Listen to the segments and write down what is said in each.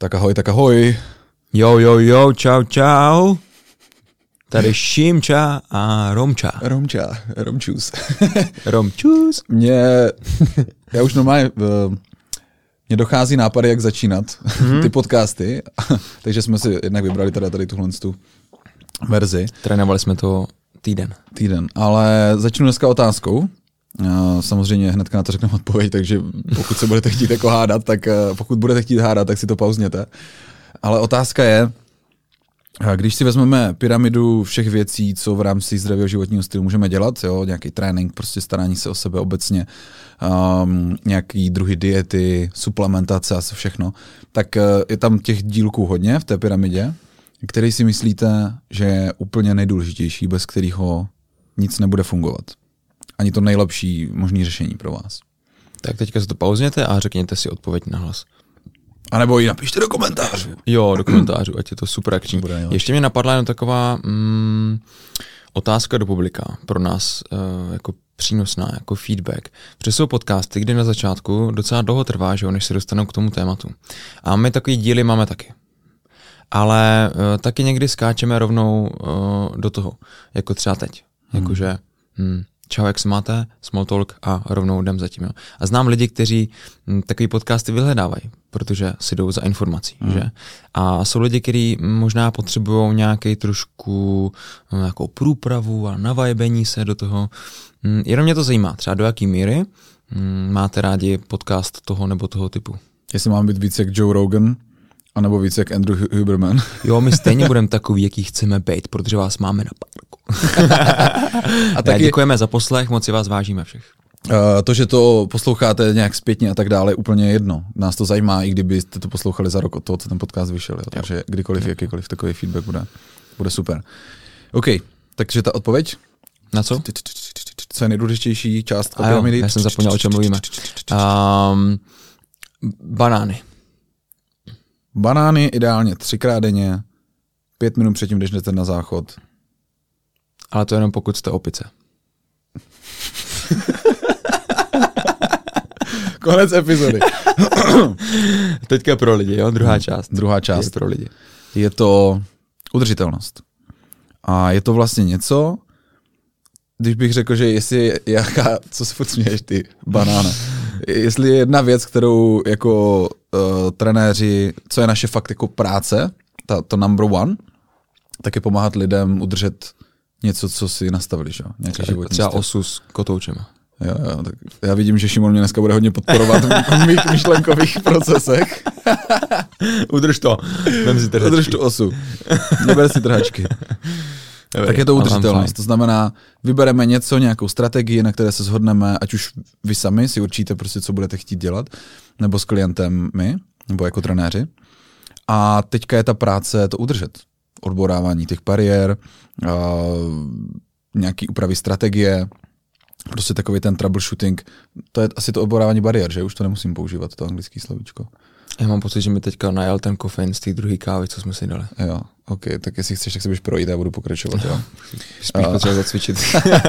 Tak ahoj. Jo, čau. Tady Šimča a Romča. Romčus. Romčus. Já už normálně, mně dochází nápady, jak začínat ty podcasty, takže jsme si jednak vybrali tady tuhle verzi. Trénovali jsme to týden. Ale začnu dneska otázkou. Samozřejmě hnedka na to řekneme odpověď, takže pokud se budete chtít jako hádat, tak si to pauzněte. Ale otázka je, když si vezmeme pyramidu všech věcí, co v rámci zdravého životního stylu můžeme dělat, jo, nějaký trénink, prostě starání se o sebe obecně, nějaký druhy diety, suplementace a všechno, tak je tam těch dílků hodně v té pyramidě, který si myslíte, že je úplně nejdůležitější, bez kterého nic nebude fungovat. Ani to nejlepší možné řešení pro vás. Tak teďka si to pauzněte a řekněte si odpověď nahlas. A nebo ji napište do komentářů. Jo, do komentářů, ať je to super akční. Ještě mě napadla jen taková otázka do publika pro nás jako přínosná, jako feedback. Protože jsou podcasty, kde na začátku docela dlouho trvá, že než se dostanou k tomu tématu. A my takový díly máme taky. Ale taky někdy skáčeme rovnou do toho, jako třeba teď. Jakože čau, jak se máte, small talk a rovnou jdem zatím. Jo. A znám lidi, kteří takový podcasty vyhledávají, protože si jdou za informací. Že? A jsou lidi, kteří možná potřebují nějaký trošku nějakou průpravu a navajbení se do toho. Jenom mě to zajímá, třeba do jaký míry máte rádi podcast toho nebo toho typu. Jestli mám být víc jak Joe Rogan, anebo víc jak Andrew Huberman. Jo, my stejně budeme takový, jaký chceme být, protože vás máme na parku. A taky děkujeme za poslech, moc si vás vážíme všech. To, že to posloucháte nějak zpětně a tak dále, je úplně jedno. Nás to zajímá, i kdybyste to poslouchali za rok od toho, co ten podcast vyšel. Jo. Takže kdykoliv, jakýkoliv takový feedback bude super. OK, takže ta odpověď? Na co? Co je nejdůležitější část pyramidy? Já jsem zapomněl, o čem mluvíme. Banány ideálně 3krát denně, 5 minut předtím, když jdete na záchod. Ale to jenom pokud jste opice. Konec epizody. Teďka pro lidi, jo? Druhá část je pro lidi. Je to udržitelnost. A je to vlastně něco, když bych řekl, že co se furt směješ ty, banána. Jestli je jedna věc, kterou jako trenéři, co je naše fakt jako práce, to number one, tak je pomáhat lidem udržet něco, co si nastavili, že? Nějaký životní třeba styl. osu s kotoučema. Jo, tak já vidím, že Šimon mě dneska bude hodně podporovat v mých myšlenkových procesech. Udrž to. Udrž tu osu. Neber si trhačky. Tak je to udržitelnost. To znamená, vybereme nějakou strategii, na které se shodneme, ať už vy sami si určíte prostě, co budete chtít dělat, nebo s klientem my, nebo jako trenéři. A teďka je ta práce to udržet. Odborávání těch bariér, nějaký úpravy strategie, prostě takový ten troubleshooting. To je asi to odborávání bariér, že? Už to nemusím používat, to anglické slovíčko. Já mám pocit, že mi teďka najel ten kofein z té druhé kávy, co jsme si dali. Jo, OK, tak jestli chceš, tak se budeš projít a budu pokračovat. Jo. Spíš potřeba zacvičit.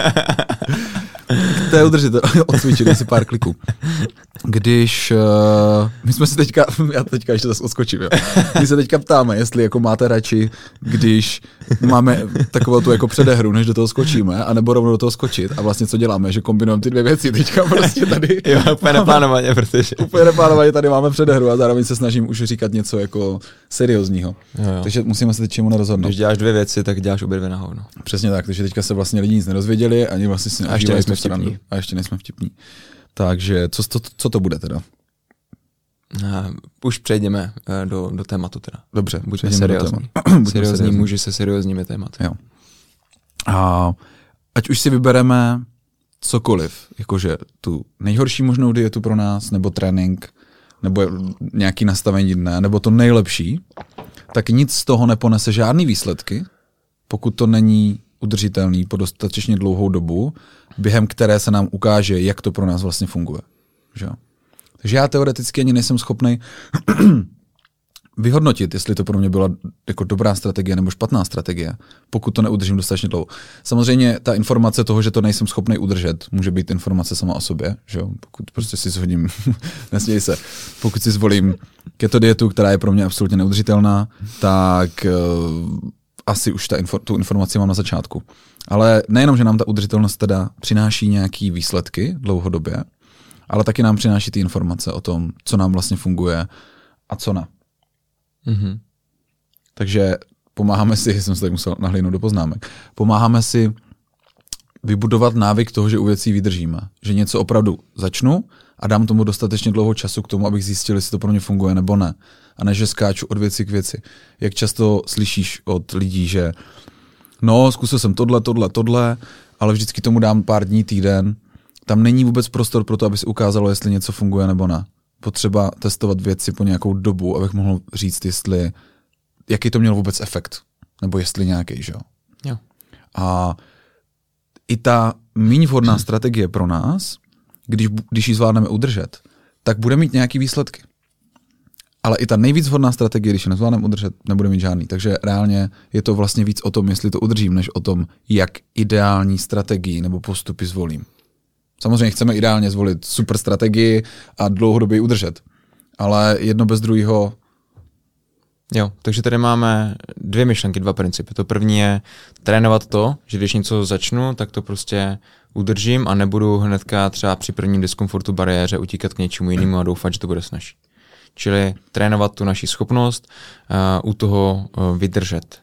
To je odcvičit si pár kliků. Když, my jsme si já teďka ještě zase odskočím, jo. My se teďka ptáme, jestli jako máte radši, když máme takovou tu jako předehru, než do toho skočíme, anebo rovnou do toho skočit. A vlastně co děláme, že kombinujeme ty dvě věci teďka prostě tady. Jo, úplně neplánovaně, protože. Úplně neplánovaně tady máme předehru a zároveň se snažím už říkat něco jako seriózního. Jo. Takže musíme se teď čemu nerozhodnout. Když děláš dvě věci, tak děláš obě dvě na hovno. Přesně tak, takže teďka se vlastně lidi nic nedozvěděli, ani vlastně si a ještě nejsme vtipní. Takže co to bude teda? Už přejdeme do tématu teda. Dobře, buďme seriózní. Seriózní muži se seriózními tématy. Jo. A ať už si vybereme cokoliv, jakože tu nejhorší možnou dietu pro nás, nebo trénink, nebo nějaký nastavení dne, nebo to nejlepší, tak nic z toho neponese žádný výsledky, pokud to není udržitelný po dostatečně dlouhou dobu, během které se nám ukáže, jak to pro nás vlastně funguje. Že? Takže já teoreticky ani nejsem schopný vyhodnotit, jestli to pro mě byla jako dobrá strategie nebo špatná strategie, pokud to neudržím dostatečně dlouho. Samozřejmě ta informace toho, že to nejsem schopný udržet, může být informace sama o sobě, že jo? Pokud prostě si zhodím, nesměj se, pokud si zvolím keto dietu, která je pro mě absolutně neudržitelná, tak asi už tu informaci mám na začátku. Ale nejenom, že nám ta udržitelnost teda přináší nějaký výsledky dlouhodobě, ale taky nám přináší ty informace o tom, co nám vlastně funguje a co ne. Mm-hmm. Takže pomáháme si, jsem se tady musel nahlídnout do poznámek, pomáháme si vybudovat návyk toho, že u věcí vydržíme. Že něco opravdu začnu a dám tomu dostatečně dlouho času k tomu, abych zjistil, jestli to pro mě funguje nebo ne. A ne, že skáču od věci k věci. Jak často slyšíš od lidí, že no, zkusil jsem tohle, ale vždycky tomu dám pár dní, týden. Tam není vůbec prostor pro to, aby se ukázalo, jestli něco funguje nebo ne. Potřeba testovat věci po nějakou dobu, abych mohl říct, jaký to měl vůbec efekt. Nebo jestli nějaký, že jo. A i ta méně vhodná strategie pro nás, když ji zvládneme udržet, tak bude mít nějaký výsledky. Ale i ta nejvíc vhodná strategie, když ji nezvládneme udržet, nebude mít žádný. Takže reálně je to vlastně víc o tom, jestli to udržím, než o tom, jak ideální strategii nebo postupy zvolím. Samozřejmě chceme ideálně zvolit super strategii a dlouhodobě ji udržet. Ale jedno bez druhého. Jo, takže tady máme 2 myšlenky, 2 principy. To první je trénovat to, že když něco začnu, tak to prostě udržím a nebudu hnedka třeba při prvním diskomfortu bariéře utíkat k něčemu jinému a doufat, že to bude snazší. Čili trénovat tu naši schopnost u toho vydržet.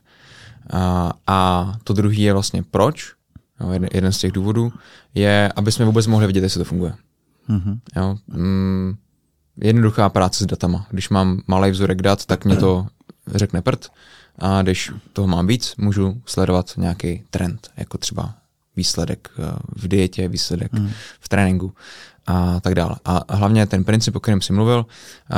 A to druhý je vlastně proč. Jo, jeden z těch důvodů je, aby jsme vůbec mohli vidět, jestli to funguje. Mm-hmm. Jo, jednoduchá práce s datama. Když mám malý vzorek dat, tak mě to řekne prd a když toho mám víc, můžu sledovat nějaký trend, jako třeba výsledek v dietě, výsledek v tréninku a tak dále. A hlavně ten princip, o kterém jsi mluvil,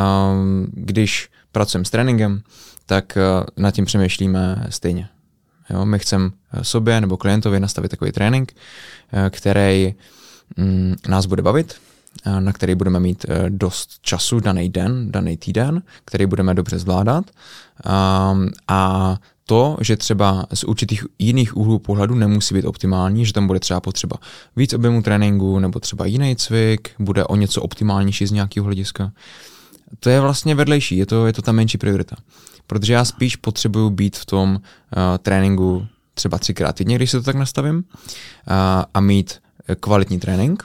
když pracujeme s tréninkem, tak nad tím přemýšlíme stejně. Jo, my chceme sobě nebo klientovi nastavit takový trénink, který nás bude bavit, na který budeme mít dost času daný den, daný týden, který budeme dobře zvládat. A to, že třeba z určitých jiných úhlů pohledu nemusí být optimální, že tam bude třeba potřeba víc objemu tréninku nebo třeba jiný cvik, bude o něco optimálnější z nějakého hlediska. To je vlastně vedlejší, je to ta menší priorita. Protože já spíš potřebuju být v tom tréninku třeba 3x týdně, když se to tak nastavím, a mít kvalitní trénink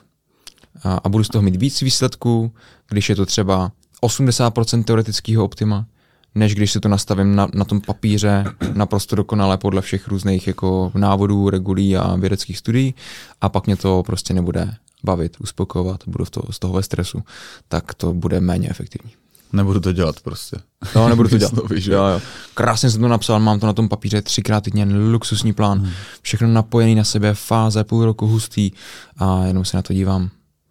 a budu z toho mít víc výsledků, když je to třeba 80% teoretického optima, než když se to nastavím na tom papíře naprosto dokonale podle všech různých jako návodů, regulí a vědeckých studií a pak mě to prostě nebude bavit, uspokojovat, budu z toho ve stresu, tak to bude méně efektivní. Nebudu to dělat prostě. No, nebudu to dělat. Jo. Krásně jsem to napsal, mám to na tom papíře 3x týdně, luxusní plán, všechno napojený na sebe, fáze, půl roku hustý a jenom se na to dívám.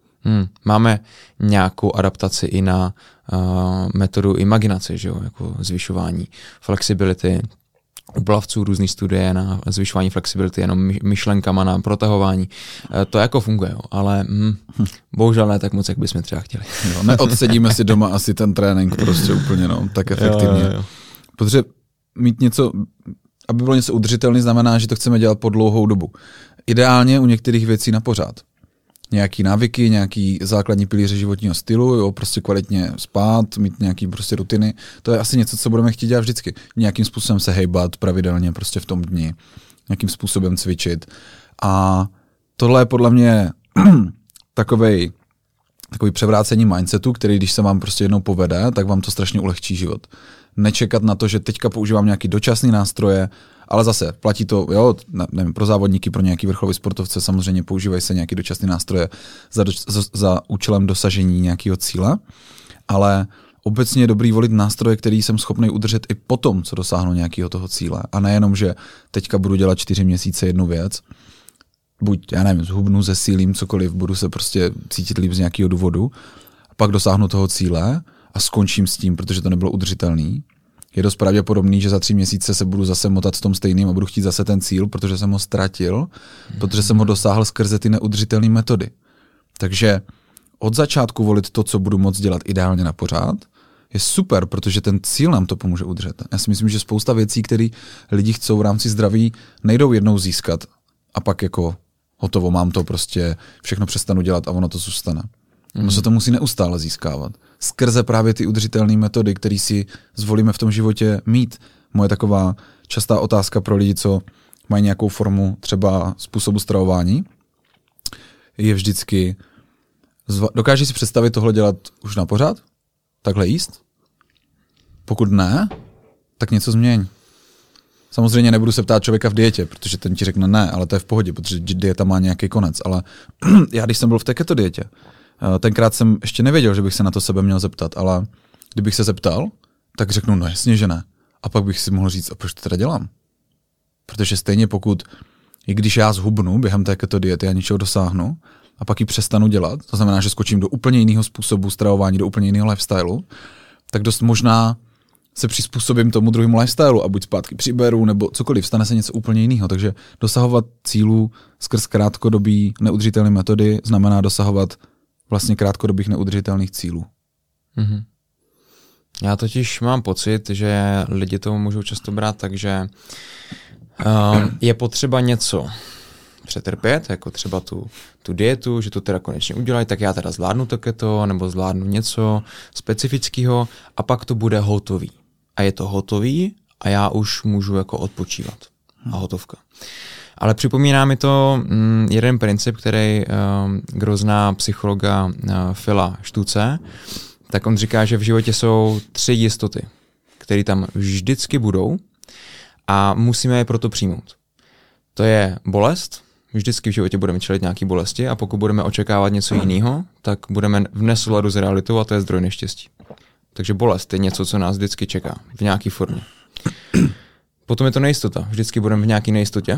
Máme nějakou adaptaci i na metodu imaginace, že jo? Jako zvyšování flexibility, u plavců různý studie na zvyšování flexibility, jenom myšlenkama na protahování. To jako funguje, jo, ale bohužel ne tak moc, jak bychom třeba chtěli. Jo, neodsedíme si doma asi ten trénink prostě úplně tak efektivně. Jo. Protože mít něco, aby bylo něco udržitelné, znamená, že to chceme dělat po dlouhou dobu. Ideálně u některých věcí na pořád. Nějaký návyky, nějaký základní pilíře životního stylu, jo, prostě kvalitně spát, mít nějaký prostě rutiny. To je asi něco, co budeme chtít dělat vždycky. Nějakým způsobem se hejbat pravidelně prostě v tom dni, nějakým způsobem cvičit. A tohle je podle mě takový převrácení mindsetu, který když se vám prostě jednou povede, tak vám to strašně ulehčí život. Nečekat na to, že teďka používám nějaký dočasný nástroje, ale zase platí to, jo, nevím, pro závodníky, pro nějaký vrcholový sportovce samozřejmě používají se nějaký dočasný nástroje za účelem dosažení nějakého cíle, ale obecně je dobrý volit nástroje, který jsem schopný udržet i potom, co dosáhnu nějakého toho cíle. A nejenom, že teďka budu dělat 4 měsíce jednu věc, buď, já nevím, zhubnu, zesílím, cokoliv, budu se prostě cítit líp z nějakého důvodu, a pak dosáhnu toho cíle a skončím s tím, protože to nebylo udržitelný. Je dost pravděpodobný, že za 3 měsíce se budu zase motat v tom stejným a budu chtít zase ten cíl, protože jsem ho ztratil, protože jsem ho dosáhl skrze ty neudržitelné metody. Takže od začátku volit to, co budu moct dělat ideálně na pořád, je super, protože ten cíl nám to pomůže udržet. Já si myslím, že spousta věcí, které lidi chcou v rámci zdraví, nejdou jednou získat a pak jako hotovo, mám to prostě, všechno přestanu dělat a ono to zůstane. Ono se to musí neustále získávat. Skrze právě ty udržitelné metody, které si zvolíme v tom životě mít. Moje taková častá otázka pro lidi, co mají nějakou formu třeba způsobu stravování, je vždycky, dokážeš si představit tohle dělat už na pořád? Takhle jíst? Pokud ne, tak něco změň. Samozřejmě nebudu se ptát člověka v dietě, protože ten ti řekne ne, ale to je v pohodě, protože dieta má nějaký konec. Ale já, když jsem byl v té keto dietě, tenkrát jsem ještě nevěděl, že bych se na to sebe měl zeptat, ale kdybych se zeptal, tak řeknu, no jasně, že ne. A pak bych si mohl říct, a proč to teda dělám? Protože stejně pokud, i když já zhubnu během té keto diety a něčeho dosáhnu, a pak ji přestanu dělat, to znamená, že skočím do úplně jiného způsobu stravování, do úplně jiného lifestylu, tak dost možná se přizpůsobím tomu druhému lifestylu a buď zpátky přiberu, nebo cokoliv, stane se něco úplně jiného. Takže dosahovat cílů skrz krátkodobý neudržitelné metody znamená dosahovat vlastně krátkodobých neudržitelných cílů. Mm-hmm. Já totiž mám pocit, že lidi to můžou často brát tak, že je potřeba něco přetrpět, jako třeba tu dietu, že to teda konečně udělají, tak já teda zvládnu to keto, nebo zvládnu něco specifického a pak to bude hotový. A je to hotový a já už můžu jako odpočívat. A hotovka. Ale připomíná mi to jeden princip, který grozná psychologa Phila Štuce, tak on říká, že v životě jsou 3 jistoty, které tam vždycky budou a musíme je proto přijmout. To je bolest, vždycky v životě budeme čelit nějaký bolesti a pokud budeme očekávat něco jiného, tak budeme v nesouladu s realitou a to je zdroj neštěstí. Takže bolest je něco, co nás vždycky čeká v nějaké formě. Potom je to nejistota. Vždycky budeme v nějaké nejistotě.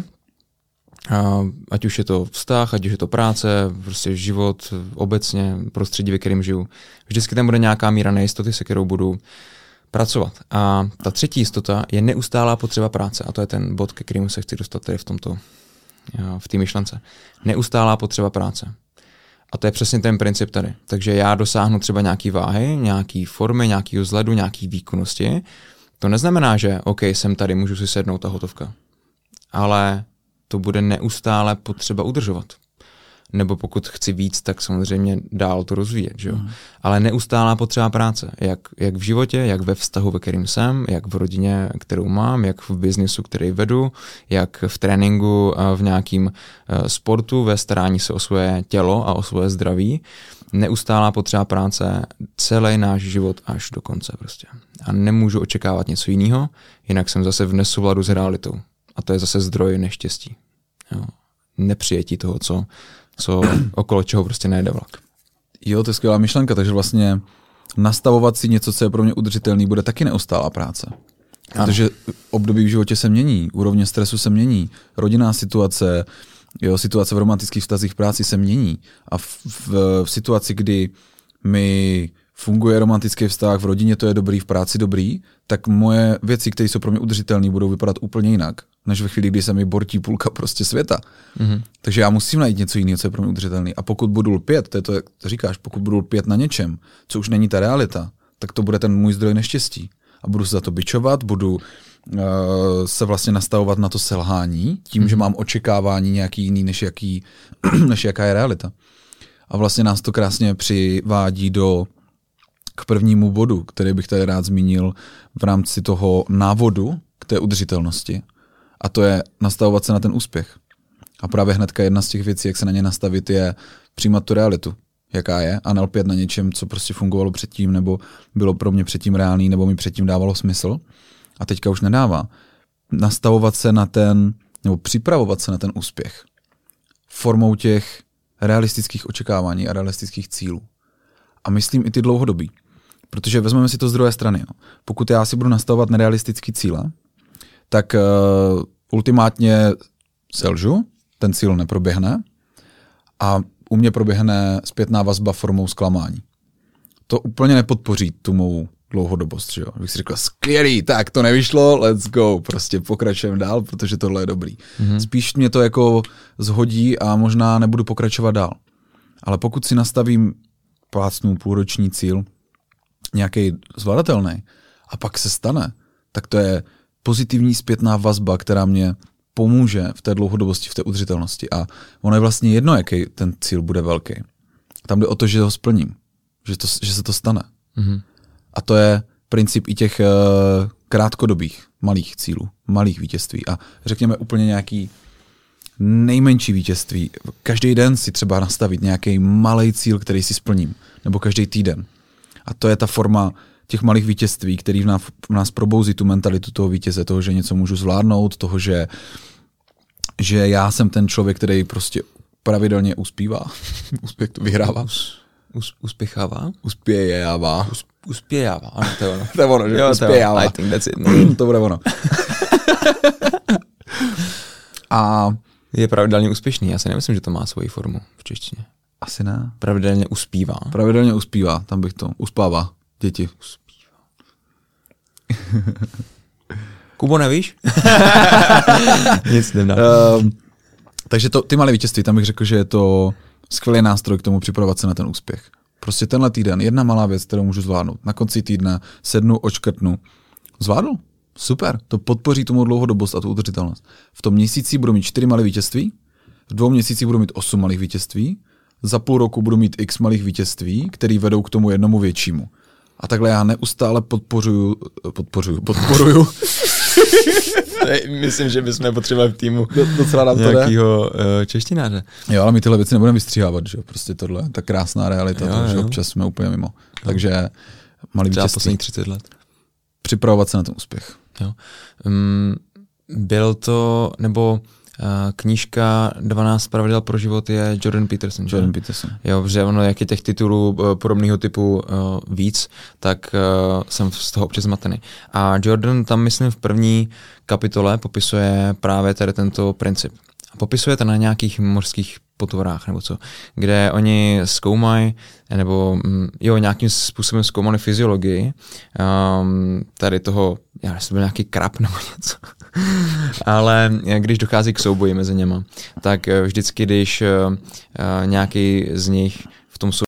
Ať už je to vztah, ať už je to práce, prostě život, obecně prostředí, ve kterém žiju. Vždycky tam bude nějaká míra nejistoty, se kterou budu pracovat. A ta 3. jistota je neustálá potřeba práce. A to je ten bod, ke kterému se chci dostat tady v té myšlence. Neustálá potřeba práce. A to je přesně ten princip tady. Takže já dosáhnu třeba nějaký váhy, nějaký formy, nějaký vzhledu, nějaký výkonnosti. To neznamená, že OK, jsem tady, můžu si sednout a hotovka. Ale to bude neustále potřeba udržovat. Nebo pokud chci víc, tak samozřejmě dál to rozvíjet. Že jo? Ale neustálá potřeba práce. Jak v životě, jak ve vztahu, ve kterým jsem, jak v rodině, kterou mám, jak v biznesu, který vedu, jak v tréninku, v nějakém sportu, ve starání se o svoje tělo a o svoje zdraví. Neustálá potřeba práce celý náš život až do konce prostě. A nemůžu očekávat něco jiného, jinak jsem zase v nesouladu s realitou. A to je zase zdroj neštěstí. Jo. Nepřijetí toho, co okolo čeho prostě nejde vlak. Jo, to je skvělá myšlenka, takže vlastně nastavovat si něco, co je pro mě udržitelný, bude taky neustálá práce. Protože období v životě se mění, úrovně stresu se mění, rodinná situace, situace v romantických vztazích v práci se mění. A v situaci, kdy mi funguje romantický vztah, v rodině to je dobrý, v práci dobrý, tak moje věci, které jsou pro mě udržitelné, budou vypadat úplně jinak, než ve chvíli, kdy se mi bortí půlka prostě světa. Mm-hmm. Takže já musím najít něco jiného, co je pro mě udržitelný. A pokud budu lpět, to je to, jak to říkáš, pokud budu lpět na něčem, co už není ta realita, tak to bude ten můj zdroj neštěstí. A budu se za to bičovat, budu se vlastně nastavovat na to selhání, tím, že mám očekávání nějaký jiný, než jaká je realita. A vlastně nás to krásně přivádí k prvnímu bodu, který bych tady rád zmínil v rámci toho návodu k té udržitelnosti. A to je nastavovat se na ten úspěch. A právě hnedka jedna z těch věcí, jak se na ně nastavit, je přijímat tu realitu, jaká je, a nelpět na něčem, co prostě fungovalo předtím, nebo bylo pro mě předtím reálný, nebo mi předtím dávalo smysl. A teďka už nedává. Nastavovat se na nebo připravovat se na ten úspěch formou těch realistických očekávání a realistických cílů. A myslím i ty dlouhodobí. Protože vezmeme si to z druhé strany. Jo. Pokud já si budu nastavovat nerealistické cíle, tak ultimátně selžu, ten cíl neproběhne a u mě proběhne zpětná vazba formou zklamání. To úplně nepodpoří tu mou dlouhodobost. Že jo? Bych si řekl, skvělý, tak to nevyšlo, let's go, prostě pokračujeme dál, protože tohle je dobrý. Mm-hmm. Spíš mě to jako zhodí a možná nebudu pokračovat dál. Ale pokud si nastavím plácnu půlroční cíl, nějaký zvladatelný a pak se stane, tak to je pozitivní zpětná vazba, která mě pomůže v té dlouhodobosti, v té udržitelnosti. A ono je vlastně jedno, jaký ten cíl bude velký. Tam jde o to, že ho splním, že se to stane. Mm-hmm. A to je princip i těch krátkodobých, malých cílů, malých vítězství. A řekněme úplně nějaký nejmenší vítězství. Každý den si třeba nastavit nějaký malý cíl, který si splním. Nebo každý týden. A to je ta forma těch malých vítězství, který v nás probouzí tu mentalitu toho vítěze, toho, že něco můžu zvládnout, toho, že já jsem ten člověk, který prostě pravidelně uspívá. Úspěch to vyhrává. Uspěchává? Uspějává. Uspějává, ano, to je ono. To je ono, že uspějává. I think that's it. To bude ono. A je pravidelně úspěšný, já si nemyslím, že to má svoji formu v češtině. Asi ne. Pravidelně uspívá. Pravidelně uspívá, tam bych to. Uspává děti. Uspívá. Kubo, nevíš? Nic nemá. Takže ty malé vítězství, tam bych řekl, že je to skvělý nástroj k tomu připravovat se na ten úspěch. Prostě tenhle týden, jedna malá věc, kterou můžu zvládnout. Na konci týdne sednu, odškrtnu. Zvládnu? Super, to podpoří tomu dlouhodobost a tu udržitelnost. V tom měsíci budu mít 4 malé vítězství, v 2 měsících budu mít 8 malých vítězství, za půl roku budu mít x malých vítězství, které vedou k tomu jednomu většímu. A takhle já neustále podporuju. Myslím, že bychom potřebovali v týmu docela nám nějakýho češtináře. Jo, ale my tyhle věci nebudeme vystříhávat, že jo? Prostě tohle je ta krásná realita, že občas jsme úplně mimo. Takže malý vítězství. Třeba poslední 30 let. Připravovat se na ten úspěch. Jo. Byl to, nebo knížka 12 pravidel pro život je Jordan Peterson. Jordan Peterson. Jo, protože ono, jak je těch titulů podobného typu víc, tak jsem z toho občas zmatený. A Jordan tam, myslím, v první kapitole popisuje právě tady tento princip. Popisuje to na nějakých mořských potvorách nebo co, kde oni zkoumají, nebo nějakým způsobem zkoumali fyziologii tady toho, já nevím, jestli byl nějaký krab nebo něco, ale když dochází k souboji mezi něma, tak vždycky, když nějaký z nich v tom